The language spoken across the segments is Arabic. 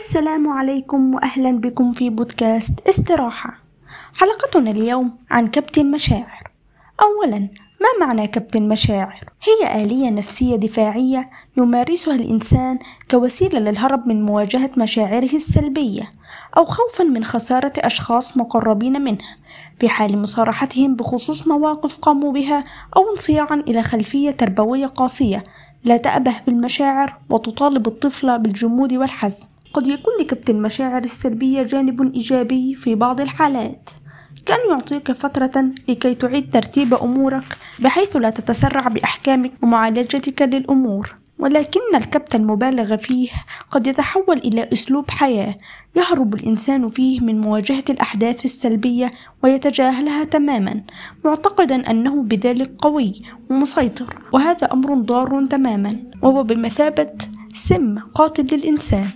السلام عليكم وأهلا بكم في بودكاست استراحة. حلقتنا اليوم عن كبت المشاعر. أولا، ما معنى كبت المشاعر؟ هي آلية نفسية دفاعية يمارسها الإنسان كوسيلة للهرب من مواجهة مشاعره السلبية أو خوفا من خسارة أشخاص مقربين منه في حال مصارحتهم بخصوص مواقف قاموا بها، أو انصياعا إلى خلفية تربوية قاسية لا تأبه بالمشاعر وتطالب الطفل بالجمود والحزم. قد يكون لكبت المشاعر السلبية جانب إيجابي في بعض الحالات، كأن يعطيك فترة لكي تعيد ترتيب أمورك بحيث لا تتسرع بأحكامك ومعالجتك للأمور، ولكن الكبت المبالغ فيه قد يتحول إلى أسلوب حياة يهرب الإنسان فيه من مواجهة الأحداث السلبية ويتجاهلها تماما، معتقدا أنه بذلك قوي ومسيطر، وهذا أمر ضار تماما وهو بمثابة سم قاتل للإنسان.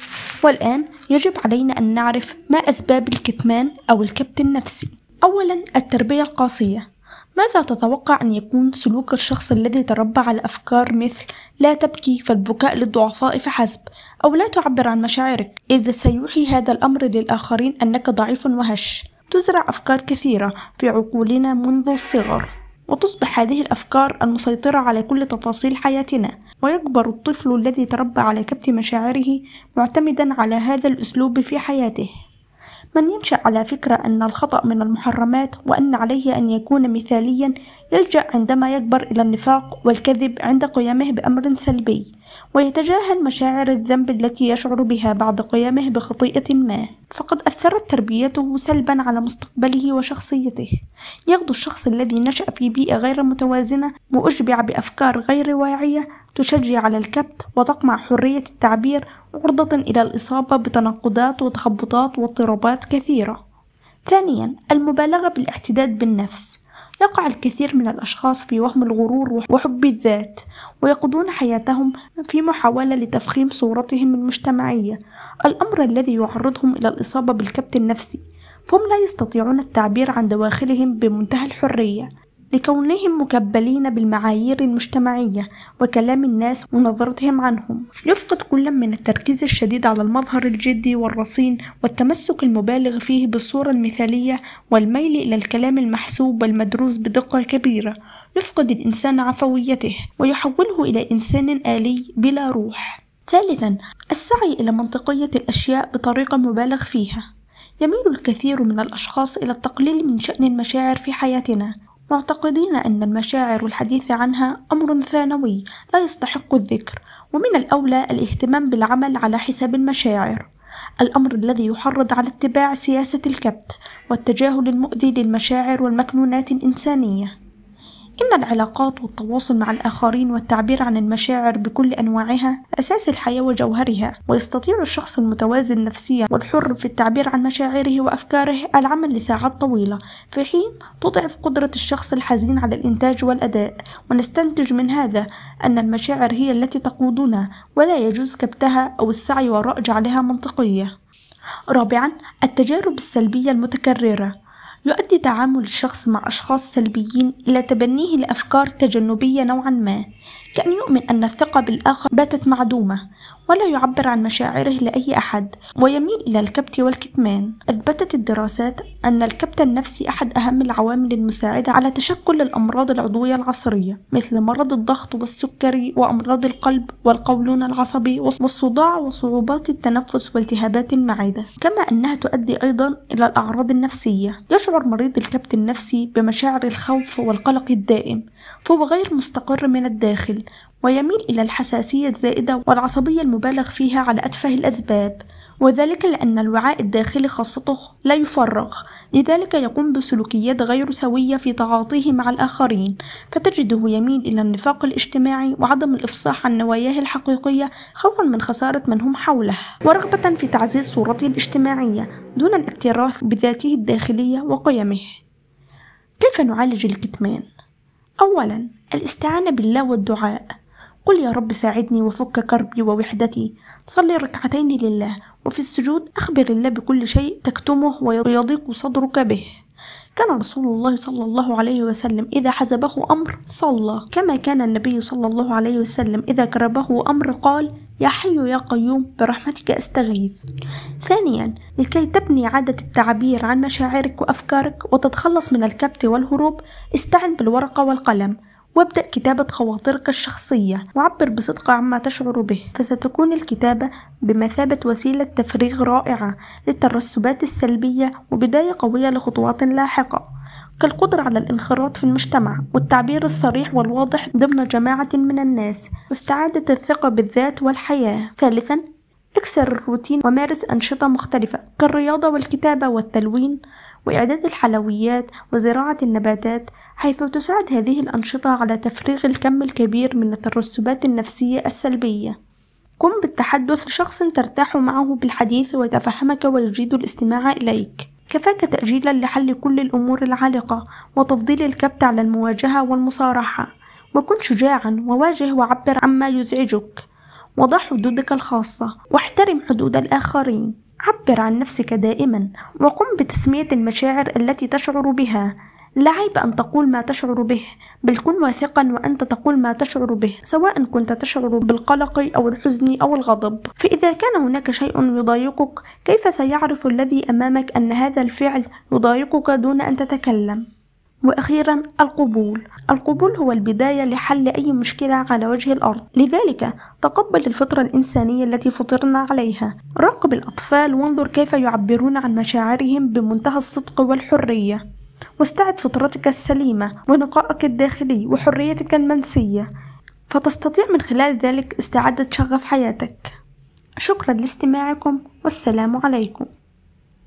والآن يجب علينا أن نعرف ما أسباب الكتمان أو الكبت النفسي. أولا، التربية القاسية. ماذا تتوقع أن يكون سلوك الشخص الذي تربى على أفكار مثل لا تبكي فالبكاء للضعفاء فحسب، أو لا تعبر عن مشاعرك إذ سيوحي هذا الأمر للآخرين أنك ضعيف وهش؟ تزرع أفكار كثيرة في عقولنا منذ الصغر، وتصبح هذه الأفكار المسيطرة على كل تفاصيل حياتنا، ويكبر الطفل الذي تربى على كبت مشاعره معتمدا على هذا الأسلوب في حياته. من ينشأ على فكرة أن الخطأ من المحرمات وأن عليه أن يكون مثاليا يلجأ عندما يكبر إلى النفاق والكذب عند قيامه بأمر سلبي، ويتجاهل مشاعر الذنب التي يشعر بها بعد قيامه بخطيئة ما، فقد أثرت تربيته سلبا على مستقبله وشخصيته. يغدو الشخص الذي نشأ في بيئة غير متوازنة وأشبع بأفكار غير واعية تشجع على الكبت وتقمع حرية التعبير، عرضة إلى الإصابة بتناقضات وتخبطات واضطرابات كثيرة. ثانيا، المبالغة بالاعتداد بالنفس. يقع الكثير من الأشخاص في وهم الغرور وحب الذات، ويقضون حياتهم في محاولة لتفخيم صورتهم المجتمعية، الأمر الذي يعرضهم إلى الإصابة بالكبت النفسي، فهم لا يستطيعون التعبير عن دواخلهم بمنتهى الحرية لكونهم مكبلين بالمعايير المجتمعية وكلام الناس ونظرتهم عنهم. يفقد كل من التركيز الشديد على المظهر الجدي والرصين والتمسك المبالغ فيه بالصورة المثالية والميل إلى الكلام المحسوب والمدروس بدقة كبيرة. يفقد الإنسان عفويته ويحوله إلى إنسان آلي بلا روح. ثالثا، السعي إلى منطقية الأشياء بطريقة مبالغ فيها. يميل الكثير من الأشخاص إلى التقليل من شأن المشاعر في حياتنا، معتقدين أن المشاعر والحديث عنها أمر ثانوي لا يستحق الذكر، ومن الأولى الاهتمام بالعمل على حساب المشاعر، الأمر الذي يحرض على اتباع سياسة الكبت والتجاهل المؤذي للمشاعر والمكنونات الإنسانية. إن العلاقات والتواصل مع الآخرين والتعبير عن المشاعر بكل أنواعها أساس الحياة وجوهرها، ويستطيع الشخص المتوازن نفسيا والحر في التعبير عن مشاعره وأفكاره العمل لساعات طويلة، في حين تضعف قدرة الشخص الحزين على الإنتاج والأداء. ونستنتج من هذا أن المشاعر هي التي تقودنا، ولا يجوز كبتها أو السعي وراء جعلها منطقية. رابعا، التجارب السلبية المتكررة. يؤدي تعامل الشخص مع أشخاص سلبيين إلى تبنيه لأفكار تجنبية نوعا ما، كأن يؤمن أن الثقة بالآخر باتت معدومة ولا يعبر عن مشاعره لأي أحد، ويميل إلى الكبت والكتمان. أثبتت الدراسات أن الكبت النفسي أحد أهم العوامل المساعدة على تشكل الأمراض العضوية العصرية مثل مرض الضغط والسكري وأمراض القلب والقولون العصبي والصداع وصعوبات التنفس والتهابات المعدة، كما أنها تؤدي أيضا إلى الأعراض النفسية. يشعر مريض الكبت النفسي بمشاعر الخوف والقلق الدائم، فهو غير مستقر من الداخل، ويميل إلى الحساسية الزائدة والعصبية المبالغ فيها على أتفه الأسباب، وذلك لأن الوعاء الداخلي خاصته لا يفرغ، لذلك يقوم بسلوكيات غير سوية في تعاطيه مع الآخرين، فتجده يميل إلى النفاق الاجتماعي وعدم الإفصاح عن نواياه الحقيقية خوفا من خسارة من هم حوله، ورغبة في تعزيز صورته الاجتماعية دون الاكتراث بذاته الداخلية وقيمه. كيف نعالج الكتمان؟ أولا، الاستعانة بالله والدعاء. قل يا رب ساعدني وفك كربي ووحدتي. صلي ركعتين لله، وفي السجود أخبر الله بكل شيء تكتمه ويضيق صدرك به. كان رسول الله صلى الله عليه وسلم إذا حزبه أمر صلى، كما كان النبي صلى الله عليه وسلم إذا كربه أمر قال: يا حي يا قيوم برحمتك أستغيث. ثانيا، لكي تبني عادة التعبير عن مشاعرك وأفكارك وتتخلص من الكبت والهروب، استعن بالورقة والقلم وابدأ كتابة خواطرك الشخصية، وعبر بصدق عما تشعر به، فستكون الكتابة بمثابة وسيلة تفريغ رائعة للترسبات السلبية وبداية قوية لخطوات لاحقة، كالقدرة على الانخراط في المجتمع والتعبير الصريح والواضح ضمن جماعة من الناس واستعادة الثقة بالذات والحياة. ثالثا، اكسر الروتين ومارس أنشطة مختلفة كالرياضة والكتابة والتلوين وإعداد الحلويات وزراعة النباتات، حيث تساعد هذه الأنشطة على تفريغ الكم الكبير من الترسبات النفسية السلبية. قم بالتحدث لشخص ترتاح معه بالحديث ويتفهمك ويجيد الاستماع إليك. كفاك تأجيلا لحل كل الأمور العالقة وتفضيل الكبت على المواجهة والمصارحة، وكن شجاعا وواجه وعبر عما يزعجك، وضع حدودك الخاصة واحترم حدود الآخرين. عبر عن نفسك دائما وقم بتسمية المشاعر التي تشعر بها. لا عيب أن تقول ما تشعر به، بل كن واثقا وأنت تقول ما تشعر به، سواء كنت تشعر بالقلق أو الحزن أو الغضب. فإذا كان هناك شيء يضايقك، كيف سيعرف الذي أمامك أن هذا الفعل يضايقك دون أن تتكلم؟ وأخيرا، القبول هو البداية لحل أي مشكلة على وجه الأرض، لذلك تقبل الفطرة الإنسانية التي فطرنا عليها. راقب الأطفال وانظر كيف يعبرون عن مشاعرهم بمنتهى الصدق والحرية، واستعد فطرتك السليمة ونقائك الداخلي وحريتك المنسية، فتستطيع من خلال ذلك استعادة شغف حياتك. شكرا لاستماعكم، والسلام عليكم.